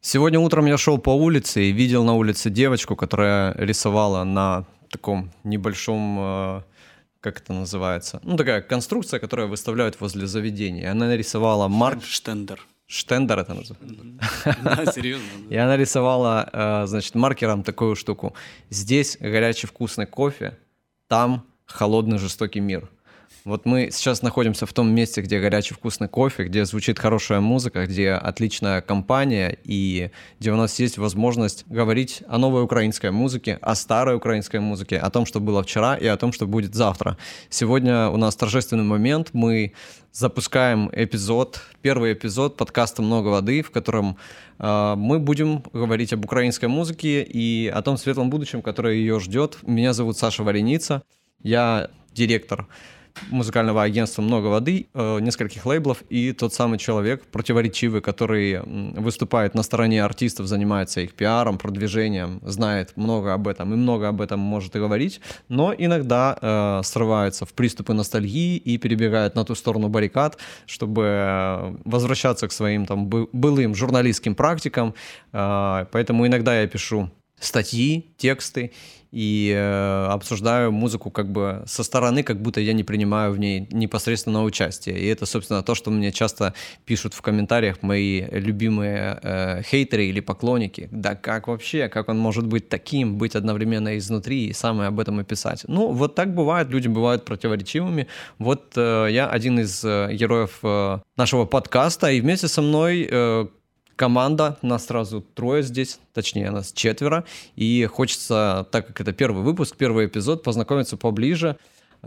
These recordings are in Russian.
Сегодня утром я шел по улице и видел на улице девочку, которая рисовала на таком небольшом, как это называется, такая конструкция, которую выставляют возле заведения. Она нарисовала Штендер. Штендер это называется. Да, серьезно. И она рисовала, значит, маркером такую штуку. Здесь горячий вкусный кофе, там холодный жестокий мир. Вот мы сейчас находимся в том месте, где горячий вкусный кофе, где звучит хорошая музыка, где отличная компания и где у нас есть возможность говорить о новой украинской музыке, о старой украинской музыке, о том, что было вчера и о том, что будет завтра. Сегодня у нас торжественный момент. Мы запускаем первый эпизод подкаста «Много воды», в котором мы будем говорить об украинской музыке и о том светлом будущем, которое ее ждет. Меня зовут Саша Вареница, я директор музыкального агентства «Много воды», нескольких лейблов, и тот самый человек, противоречивый, который выступает на стороне артистов, занимается их пиаром, продвижением, знает много об этом и много об этом может и говорить, но иногда срывается в приступы ностальгии и перебегает на ту сторону баррикад, чтобы возвращаться к своим там былым журналистским практикам. Поэтому иногда я пишу статьи, тексты и обсуждаю музыку как бы со стороны, как будто я не принимаю в ней непосредственного участия. И это, собственно, то, что мне часто пишут в комментариях мои любимые хейтеры или поклонники. Да как вообще? Как он может быть таким, быть одновременно изнутри и самое об этом и писать? Вот так бывает, люди бывают противоречивыми. Вот я один из героев нашего подкаста, и вместе со мной команда, нас сразу 3 здесь, точнее нас 4, и хочется, так как это первый выпуск, первый эпизод, познакомиться поближе.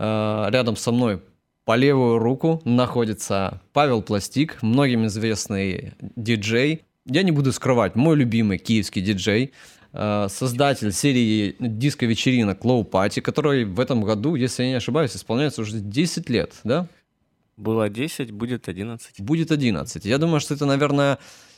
Рядом со мной по левую руку находится Павел Пластик, многим известный диджей. Я не буду скрывать, мой любимый киевский диджей, создатель серии диско-вечеринок Low Party, который в этом году, если я не ошибаюсь, исполняется уже 10 лет, да? Было 10, будет 11. Будет 11. Я думаю, что это, наверное,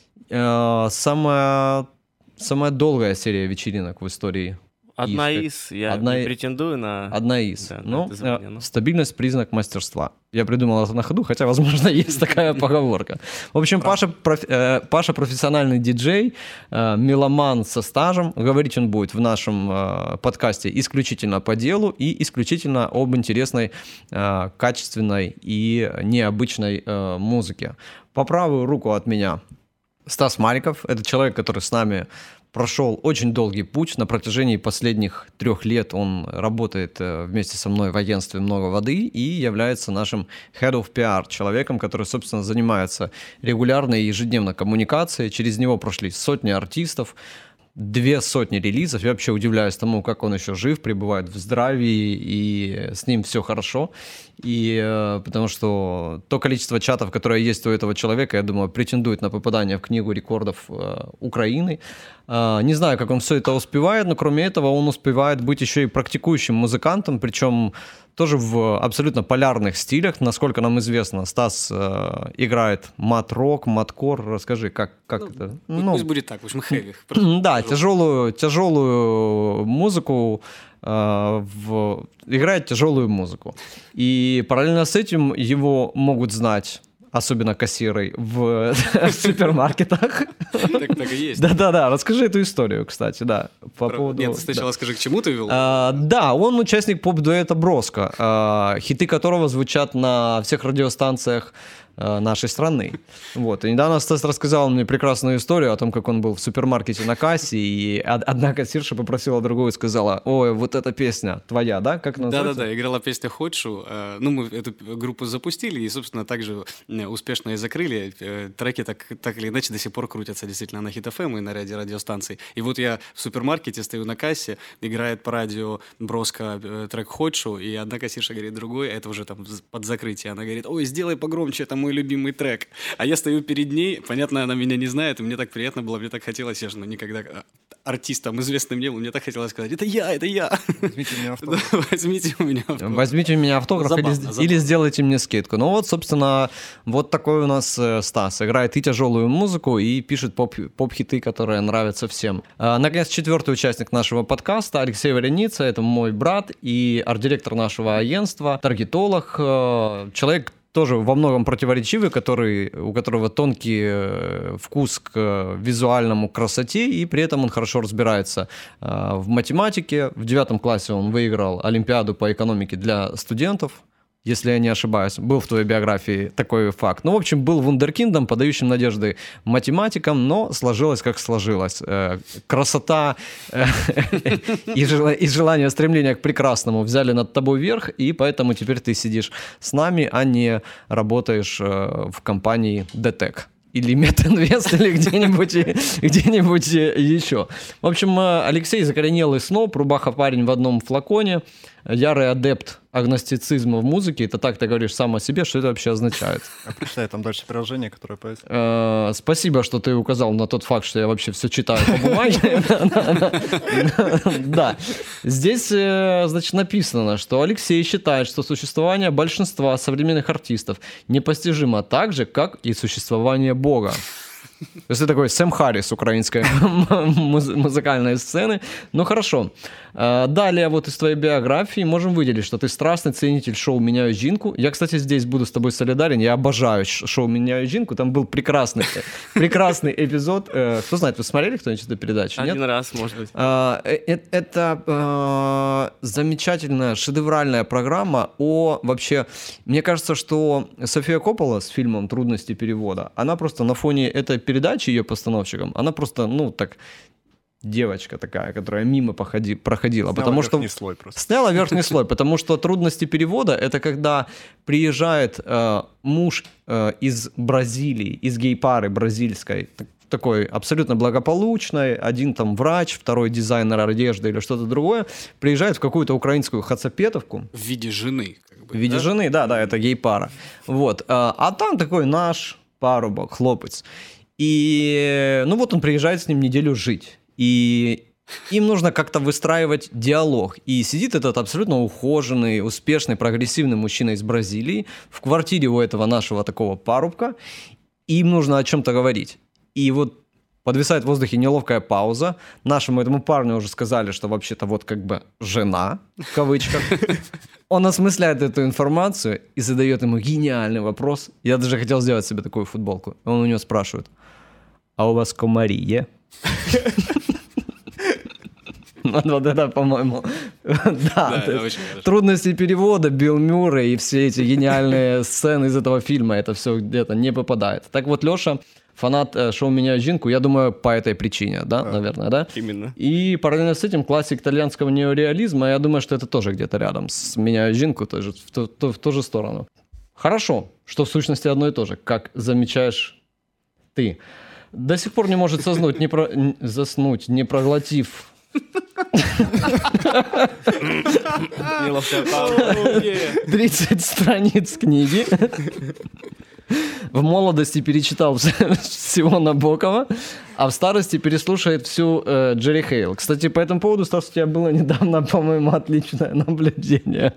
самая долгая серия вечеринок в истории. Одна из, я не претендую на... Одна из. Да, стабильность — признак мастерства. Я придумал это на ходу, хотя, возможно, есть такая поговорка. В общем, Паша профессиональный диджей, меломан со стажем. Говорить он будет в нашем подкасте исключительно по делу и исключительно об интересной, качественной и необычной музыке. По правую руку от меня Стас Мариков. Это человек, который с нами прошел очень долгий путь. На протяжении последних 3 лет он работает вместе со мной в агентстве «Много воды» и является нашим Head of PR, человеком, который, собственно, занимается регулярной и ежедневной коммуникацией. Через него прошли сотни артистов, 200 релизов. Я вообще удивляюсь тому, как он еще жив, пребывает в здравии, и с ним все хорошо. И потому что то количество чатов, которое есть у этого человека, я думаю, претендует на попадание в книгу рекордов Украины. Не знаю, как он все это успевает, но кроме этого он успевает быть еще и практикующим музыкантом, причем тоже в абсолютно полярных стилях. Насколько нам известно, Стас играет мат-рок, мат-кор. Расскажи, как это? Пусть будет так, в общем, хэви. Да, тяжелую музыку, играет тяжелую музыку. И параллельно с этим его могут знать, особенно кассиры в супермаркетах. Так и есть. Да-да-да, расскажи эту историю, кстати, да. Нет, сначала скажи, к чему ты вел? Да, он участник поп-дуэта «Броско», хиты которого звучат на всех радиостанциях нашей страны. Вот. И недавно Стас рассказал мне прекрасную историю о том, как он был в супермаркете на кассе, и одна кассирша попросила другую и сказала: ой, вот эта песня твоя, да? Как она называется? Да-да-да, играла песня «Хочу». Мы эту группу запустили и, собственно, также успешно и закрыли. Треки так или иначе до сих пор крутятся действительно на Hit FM и на ряде радиостанций. И вот я в супермаркете стою на кассе, играет по радио «Броско» трек «Хочу», и одна кассирша говорит другой, это уже там под закрытие, она говорит: ой, сделай погромче, это мой любимый трек. А я стою перед ней, понятно, она меня не знает, и мне так приятно было, мне так хотелось, я же никогда артистом известным не был, мне так хотелось сказать: это я. Возьмите у меня автограф. Возьмите у меня автограф. Возьмите у меня автограф. Забавно. Или сделайте мне скидку. Ну вот, собственно, вот такой у нас Стас. Играет и тяжелую музыку, и пишет поп-хиты, которые нравятся всем. Наконец, 4-й участник нашего подкаста Алексей Вареница. Это мой брат и арт-директор нашего агентства, таргетолог, человек тоже во многом противоречивый, у которого тонкий вкус к визуальному красоте, и при этом он хорошо разбирается в математике. В 9 классе он выиграл Олимпиаду по экономике для студентов, если я не ошибаюсь. Был в твоей биографии такой факт. Ну, в общем, был вундеркиндом, подающим надежды математикам, но сложилось, как сложилось. Красота и желание, стремление к прекрасному взяли над тобой верх, и поэтому теперь ты сидишь с нами, а не работаешь в компании DTEC. Или Метинвест, или где-нибудь еще. В общем, Алексей закоренелый сноб, рубаха парень в одном флаконе, ярый адепт агностицизма в музыке. Это так ты говоришь сам о себе, что это вообще означает? А прочитай там дальше приложение, которое появится. Спасибо, что ты указал на тот факт, что я вообще все читаю по бумаге. Да. Здесь, значит, написано, что Алексей считает, что существование большинства современных артистов непостижимо так же, как и существование Бога. То есть это такой Сэм Харрис украинской музыкальной сцены. Ну хорошо. Далее вот из твоей биографии можем выделить, что ты страстный ценитель шоу «Меняю жінку». Я, кстати, здесь буду с тобой солидарен. Я обожаю шоу «Меняю жінку». Там был прекрасный эпизод. Кто знает, вы смотрели кто-нибудь эту передачу? Один раз, может быть. Это замечательная, шедевральная программа о вообще... Мне кажется, что София Коппола с фильмом «Трудности перевода», она просто на фоне этой передачи ее постановщиком, она просто, ну, так... девочка такая, которая мимо проходила. Сняла верхний слой просто. Сняла верхний слой, потому что трудности перевода — это когда приезжает муж из Бразилии, из гей-пары бразильской, такой абсолютно благополучной, один там врач, второй дизайнер одежды или что-то другое, приезжает в какую-то украинскую хацапетовку. В виде жены. В виде жены, да, это гей-пара. Вот. А там такой наш парубок, хлопец. И, ну вот он приезжает с ним неделю жить. И им нужно как-то выстраивать диалог. И сидит этот абсолютно ухоженный, успешный, прогрессивный мужчина из Бразилии в квартире у этого нашего такого парубка. И им нужно о чем-то говорить. И вот подвисает в воздухе неловкая пауза. Нашему этому парню уже сказали, что вообще-то вот как бы жена, в кавычках. Он осмысляет эту информацию и задает ему гениальный вопрос. Я даже хотел сделать себе такую футболку. Он у него спрашивает: а у вас комария? Вот это, по-моему, да. Трудности перевода, Билл Мюррей и все эти гениальные сцены из этого фильма, это все где-то не попадает. Так вот, Леша, фанат шоу «Меняю жінку», я думаю, по этой причине, да, наверное, да? Именно. И параллельно с этим классик итальянского неореализма, я думаю, что это тоже где-то рядом с «Меняю жінку», тоже в ту же сторону. Хорошо, что в сущности одно и то же, как замечаешь ты. До сих пор не может заснуть, не проглотив... 30 страниц книги. В молодости перечитал всего Набокова, а в старости переслушает всю Джерри Хейл. Кстати, по этому поводу, Стас, у тебя было недавно, по-моему, отличное наблюдение.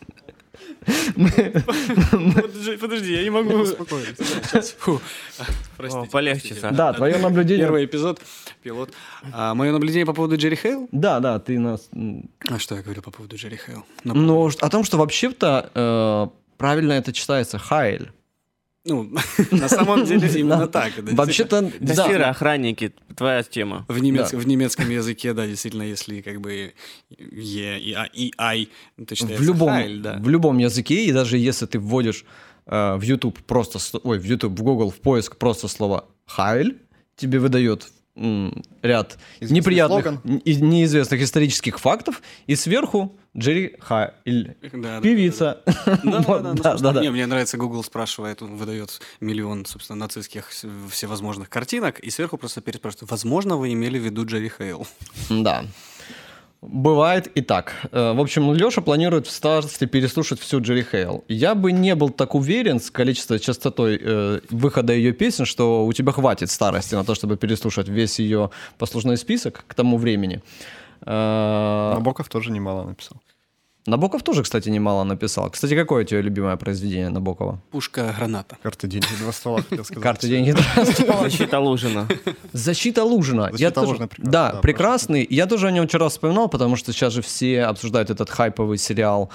Подожди, я не могу успокоиться. Простите. Полегче, Саша. Да, твое наблюдение... Первый эпизод, пилот. Мое наблюдение по поводу Джерри Хейл? Да, ты нас... А что я говорил по поводу Джерри Хейл? Ну, о том, что вообще-то правильно это читается Хайль. Ну, на самом деле именно так. Вообще-то, да. Охранники, твоя тема. В немецком языке, да, действительно, если как бы «е» и «ай», то читается «хайль», да. В любом языке, и даже если ты вводишь в YouTube в Google в поиск просто слово «хайль», тебе выдает ряд неприятных, неизвестных исторических фактов, и сверху Джерри Хейл, певица. Да. Мне нравится, Google спрашивает, он выдает миллион, собственно, нацистских всевозможных картинок, и сверху просто переспрашивает: возможно, вы имели в виду Джерри Хейл? Да. Бывает и так. В общем, Леша планирует в старости переслушать всю Джерри Хейл. Я бы не был так уверен с частотой выхода ее песен, что у тебя хватит старости на то, чтобы переслушать весь ее послужной список к тому времени. Набоков тоже немало написал. Набоков тоже, кстати, немало написал. Кстати, какое у тебя любимое произведение Набокова? «Пушка-граната». «Карты, деньги, два ствола», хотел сказать. «Карты, деньги, два ствола». «Защита Лужина». «Защита Лужина». Да, прекрасный. Я тоже о нем вчера вспоминал, потому что сейчас же все обсуждают этот хайповый сериал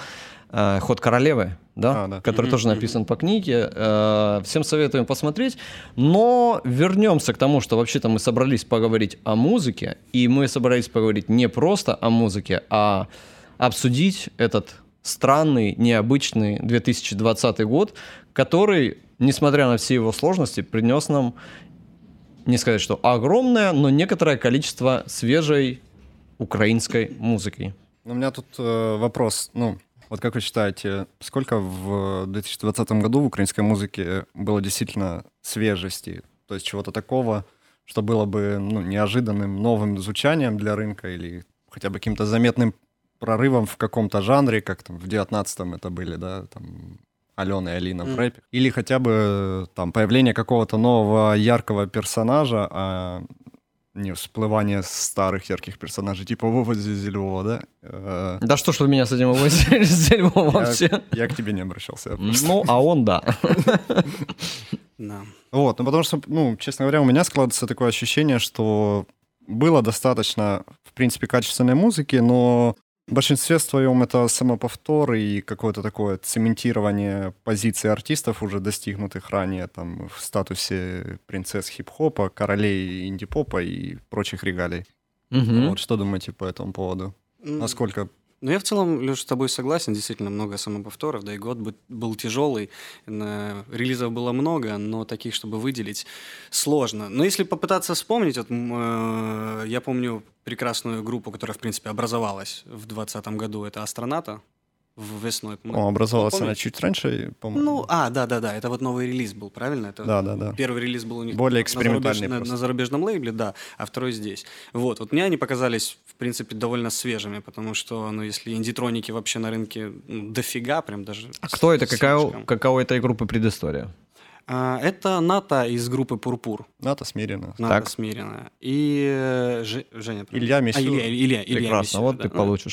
«Ход королевы», да? Да. Который тоже написан по книге. Всем советуем посмотреть. Но вернемся к тому, что вообще-то мы собрались поговорить о музыке, и мы собрались поговорить не просто о музыке, а обсудить этот странный, необычный 2020 год, который, несмотря на все его сложности, принес нам, не сказать, что огромное, но некоторое количество свежей украинской музыки. У меня тут вопрос. Вот как вы считаете, сколько в 2020 году в украинской музыке было действительно свежести? То есть чего-то такого, что было бы неожиданным, новым звучанием для рынка или хотя бы каким-то заметным прорывом в каком-то жанре, как там в 19-м это были, да, там Алена и Алина в рэпе. Или хотя бы там появление какого-то нового яркого персонажа, а не всплывание старых ярких персонажей, типа Вова Зельвова, да? Да что ж вы меня с этим увозили, Зельвова вообще? Я к тебе не обращался. А он да. Да. Вот, потому что, честно говоря, у меня складывается такое ощущение, что было достаточно, в принципе, качественной музыки, но в большинстве своем это самоповтор и какое-то такое цементирование позиций артистов, уже достигнутых ранее там в статусе принцесс хип-хопа, королей инди-попа и прочих регалий. Вот что думаете по этому поводу? Насколько... Я в целом, Леша, с тобой согласен. Действительно, много самоповторов, да и год был тяжелый. Релизов было много, но таких, чтобы выделить, сложно. Но если попытаться вспомнить, я помню прекрасную группу, которая, в принципе, образовалась в 2020 году. Это «Астроната». Весной. Образовалась она чуть раньше, по-моему. Да. Это вот новый релиз был, правильно? Это Да. Первый релиз был у них более экспериментальный на зарубежном лейбле, да, а второй здесь. Вот мне они показались, в принципе, довольно свежими, потому что, если индитроники вообще на рынке дофига, прям даже... А кто это? Какая у этой группы предыстория? Это Ната из группы «Пурпур». Ната Смирина. Ната Смирина. И Женя. Илья Мисюр. Илья Прекрасно, вот ты получишь.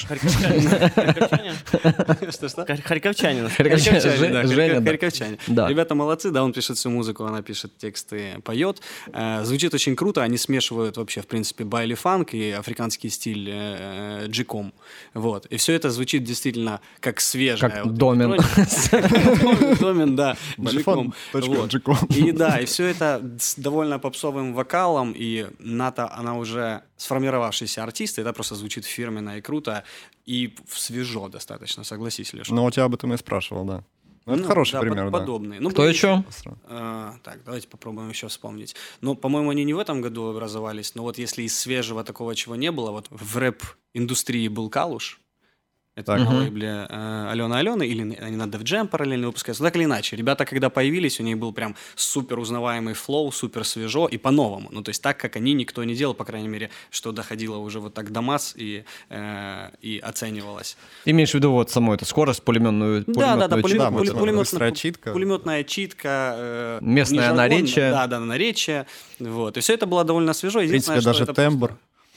Что-что? Харьковчанин. Харьковчане. Да. Ребята молодцы, да, он пишет всю музыку, она пишет тексты, поет. Звучит очень круто, они смешивают вообще, в принципе, байли-фанк и африканский стиль джиком. Вот. И все это звучит действительно как свежее. Как домен. Домен, да, джиком. И да, и все это с довольно попсовым вокалом, и Ната, она уже сформировавшийся артист, и это просто звучит фирменно и круто, и свежо достаточно, согласись, Леша. Ну, у тебя об этом и спрашивал, да. Это хороший пример, да. Подобный. Кто еще? Так, давайте попробуем еще вспомнить. По-моему, они не в этом году образовались, но вот если из свежего такого, чего не было, вот в рэп-индустрии был Калуш, это на лейбле Алена или они на Def Jam параллельно выпускаются. Так или иначе, ребята, когда появились, у них был прям супер узнаваемый флоу, супер свежо и по-новому. Ну, то есть так, как они, никто не делал, по крайней мере, что доходило уже вот так до масс и оценивалось. Ты имеешь в виду вот саму эту скорость, пулеметную читку? Пулеметная читка. Местное наречие. Да, наречие. Вот. И все это было довольно свежо. В принципе, даже тембр.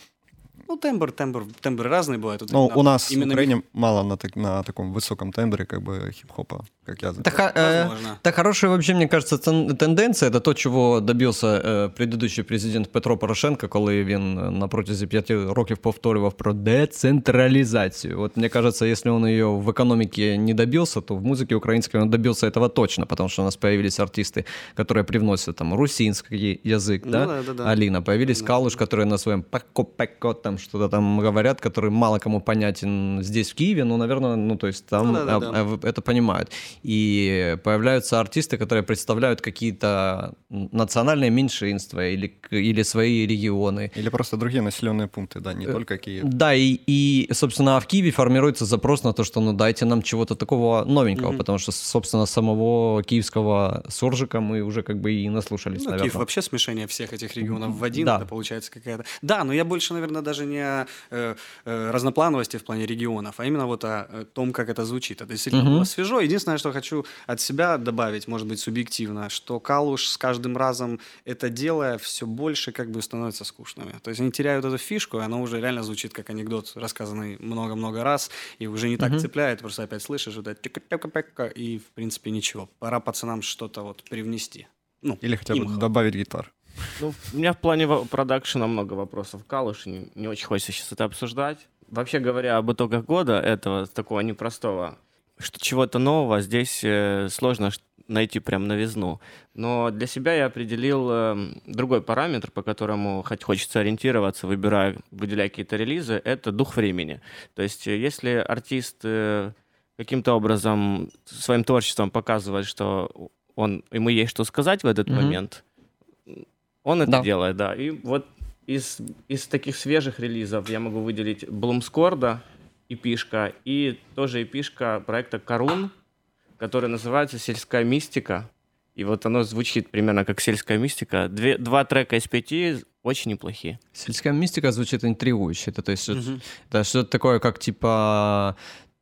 Тембры разные бывают. Ну, у нас в Украине мало на таком высоком тембре как бы хип-хопа, как я заметил. Это хорошая вообще, мне кажется, тенденция. Это то, чего добився предыдущий президент Петро Порошенко, коли він на протязі 5 років повторював про децентрализацию. Вот мне кажется, если он ее в экономике не добился, то в музыке украинской он добился этого точно, потому что у нас появились артисты, которые привносят там русинский язык, да? Алина. Появились Калуш, которые на своем пеко там что-то там говорят, который мало кому понятен здесь, в Киеве, но, наверное, то есть там это понимают. И появляются артисты, которые представляют какие-то национальные меньшинства или свои регионы. Или просто другие населенные пункты, да, не только Киев. Да, и, собственно, в Киеве формируется запрос на то, что, дайте нам чего-то такого новенького, потому что, собственно, самого киевского суржика мы уже как бы и наслушались, наверное. Киев вообще смешение всех этих регионов в один, это получается какая-то... Да, но я больше, наверное, даже не о разноплановости в плане регионов, а именно вот о том, как это звучит. Это действительно было свежо. Единственное, что хочу от себя добавить, может быть, субъективно, что Калуш с каждым разом это делая все больше как бы становится скучными. То есть они теряют эту фишку, и оно уже реально звучит как анекдот, рассказанный много-много раз, и уже не так цепляет, просто опять слышишь, вот это и, в принципе, ничего. Пора пацанам что-то вот привнести. Или хотя бы добавить гитар. У меня в плане продакшена много вопросов. Калуш, не очень хочется сейчас это обсуждать. Вообще говоря об итогах года этого такого непростого, чего-то нового здесь сложно найти прям новизну. Но для себя я определил другой параметр, по которому хочется ориентироваться, выделяя какие-то релизы, это дух времени. То есть если артист каким-то образом своим творчеством показывает, что ему есть что сказать в этот момент, он это делает, да. И вот из таких свежих релизов я могу выделить Блумскорда, эпишка, и тоже эпишка проекта Карун, который называется «Сельская мистика». И вот оно звучит примерно как «Сельская мистика». Два трека из 5 очень неплохие. «Сельская мистика» звучит интригующе. Это, то есть, это что-то такое, как типа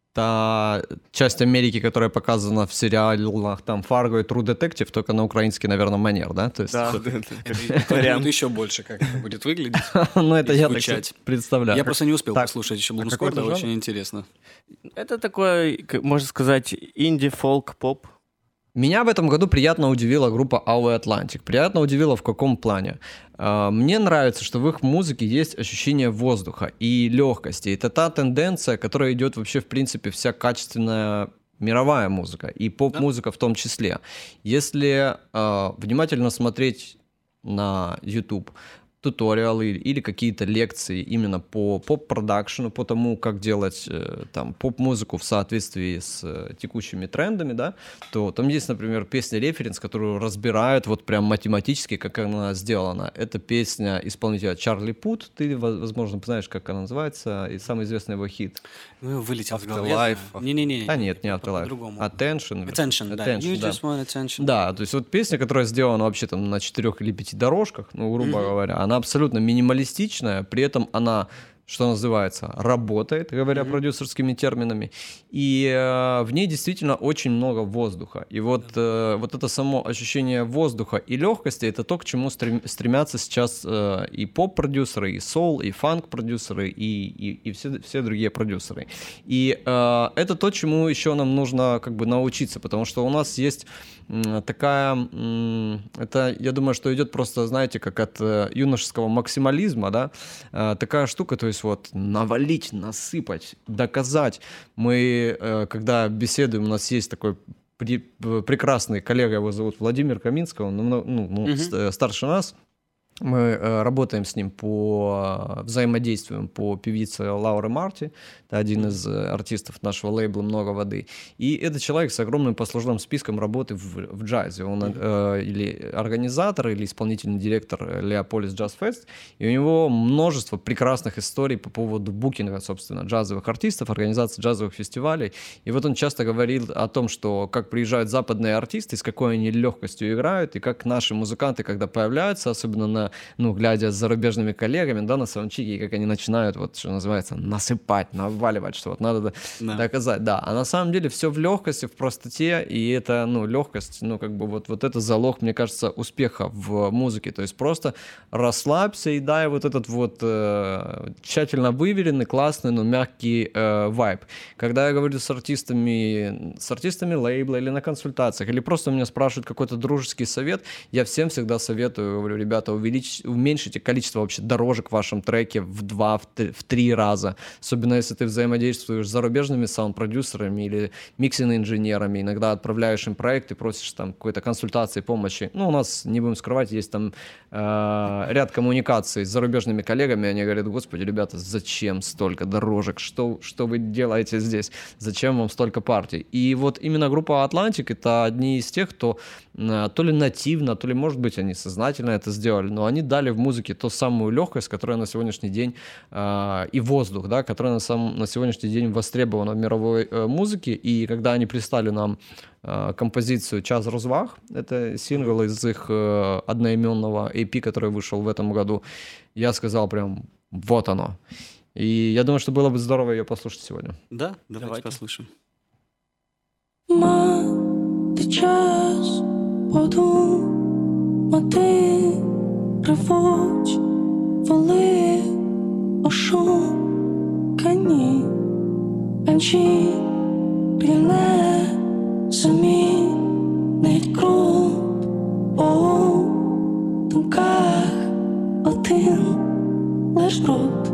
та часть Америки, которая показана в сериалах там «Фарго» и «True Detective», только на украинский, наверное, манер, да? То есть, вариант еще больше, как это будет выглядеть. Ну, это я так представляю. Я просто не успел послушать еще Блумскорда, очень интересно. Это такой, можно сказать, инди-фолк-поп. Меня в этом году приятно удивила группа Our Atlantic. Приятно удивила в каком плане? Мне нравится, что в их музыке есть ощущение воздуха и легкости. Это та тенденция, которая идет вообще, в принципе, вся качественная мировая музыка, и поп-музыка в том числе. Если внимательно смотреть на YouTube туториалы или какие-то лекции именно по поп-продакшену, по тому, как делать там поп-музыку в соответствии с текущими трендами, да, то там есть, например, песня-референс, которую разбирают вот прям математически, как она сделана. Это песня исполнителя Чарли Пут, ты, возможно, знаешь, как она называется, и самый известный его хит. Ну, вылетел в голову. Не-не-не. А нет, не Afterlife. Attention, да. You just want attention. Да, то есть вот песня, которая сделана вообще там на 4 или 5 дорожках, ну, грубо говоря, она абсолютно минималистичная, при этом она, что называется, работает, говоря продюсерскими терминами, и в ней действительно очень много воздуха. И вот это само ощущение воздуха и легкости — это то, к чему стремятся сейчас и поп-продюсеры, и соул, и фанк-продюсеры, и все другие продюсеры. И это то, чему еще нам нужно как бы научиться, потому что у нас есть такая, это, я думаю, что идет просто, знаете, как от юношеского максимализма, да, такая штука, то есть вот навалить, насыпать, доказать. Мы, когда беседуем, у нас есть такой прекрасный коллега, его зовут Владимир Каминский, он старше нас. Мы работаем с ним взаимодействуем по певице Лауре Марти. Это один из артистов нашего лейбла «Много воды». И это человек с огромным послужным списком работы в джазе. Он или организатор, или исполнительный директор Леополис Джаз Фест. И у него множество прекрасных историй по поводу букинга, собственно, джазовых артистов, организации джазовых фестивалей. И вот он часто говорил о том, что как приезжают западные артисты, с какой они легкостью играют, и как наши музыканты, когда появляются, особенно глядя с зарубежными коллегами, да, на саундчеке, как они начинают, вот, что называется, насыпать, наваливать, что вот надо доказать, да. А на самом деле все в легкости, в простоте, и это, легкость, как бы вот это залог, мне кажется, успеха в музыке. То есть просто расслабься и дай вот этот вот тщательно выверенный, классный, но мягкий вайб. Когда я говорю с артистами лейбла или на консультациях, или просто меня спрашивают какой-то дружеский совет, я всем всегда советую, говорю, ребята, уменьшите количество вообще дорожек в вашем треке в 2-3 раза. Особенно если ты взаимодействуешь с зарубежными саунд-продюсерами или миксинг-инженерами, иногда отправляешь им проект и просишь там какой-то консультации, помощи. У нас, не будем скрывать, есть там ряд коммуникаций с зарубежными коллегами, они говорят: господи, ребята, зачем столько дорожек? Что вы делаете здесь? Зачем вам столько партий? И вот именно группа Atlantic — это одни из тех, кто то ли нативно, то ли, может быть, они сознательно это сделали, но они дали в музыке ту самую легкость, которая на сегодняшний день, и воздух, да, которая на сегодняшний день востребована в мировой музыке. И когда они прислали нам композицию «Час розваг», это сингл из их одноименного EP, который вышел в этом году, я сказал прям: вот оно. И я думаю, что было бы здорово ее послушать сегодня. Да, давайте послушаем. Мати час подумати, ревуть, воли, ошукані, панчі, рівне, замінить ґрунт, у думках один лиш бруд.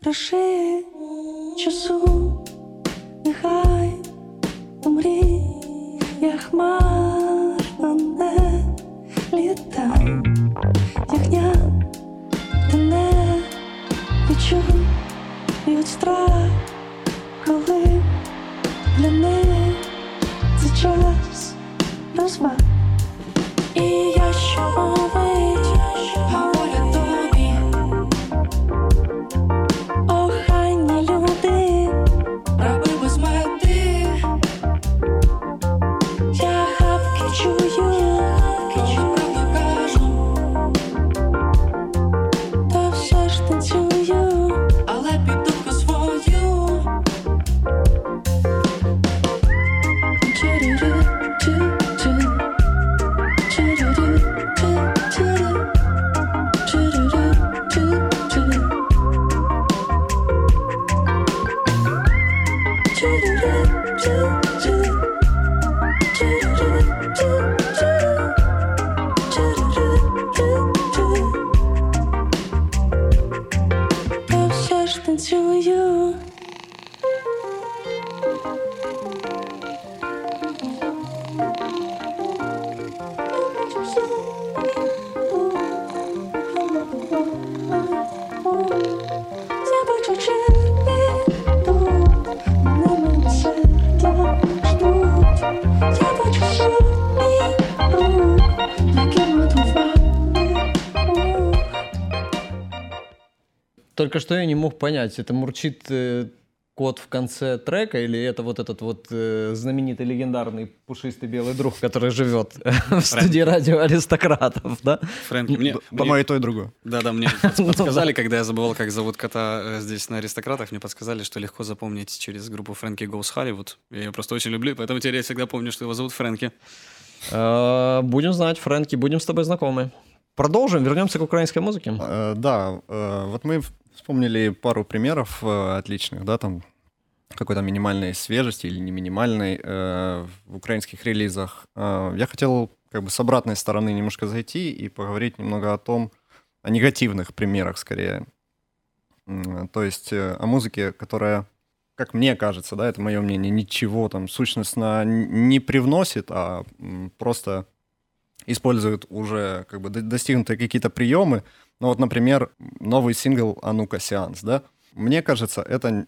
краши часу, нехай у мріях марно не літай, ягня, ти не відчують страх, коли для них це час розваг. І я щомовить говорю тобі, охайні люди, раби без мети. Я хавки чую, коли правду кажу, та все ж танцюю, але під думку свою. Та все ж танцюю. Я бачу черги тут, мене милосердя ждуть. Я бачу сотні рук, які готували рух. Только что я не мог понять, это мурчит кот в конце трека или это вот этот вот знаменитый легендарный пушистый белый друг, который живет в студии радио Аристократов, да? Фрэнки, мне... По-моему, и то, и другое. Да, мне подсказали, когда я забывал, как зовут кота здесь на «Аристократах», мне подсказали, что легко запомнить через группу Фрэнки Goes Hollywood. Я ее просто очень люблю, поэтому теперь я всегда помню, что его зовут Фрэнки. Будем знать, Фрэнки, будем с тобой знакомы. Продолжим, вернемся к украинской музыке. Да, вот мы вспомнили пару примеров отличных, да, там какой-то минимальной свежести или не минимальной в украинских релизах. Я хотел как бы с обратной стороны немножко зайти и поговорить немного о негативных примерах скорее. То есть о музыке, которая, как мне кажется, да, это мое мнение, ничего там сущностно не привносит, а просто используют уже как бы достигнутые какие-то приемы. Ну вот, например, новый сингл «А-ну-ка, сеанс», да? Мне кажется, это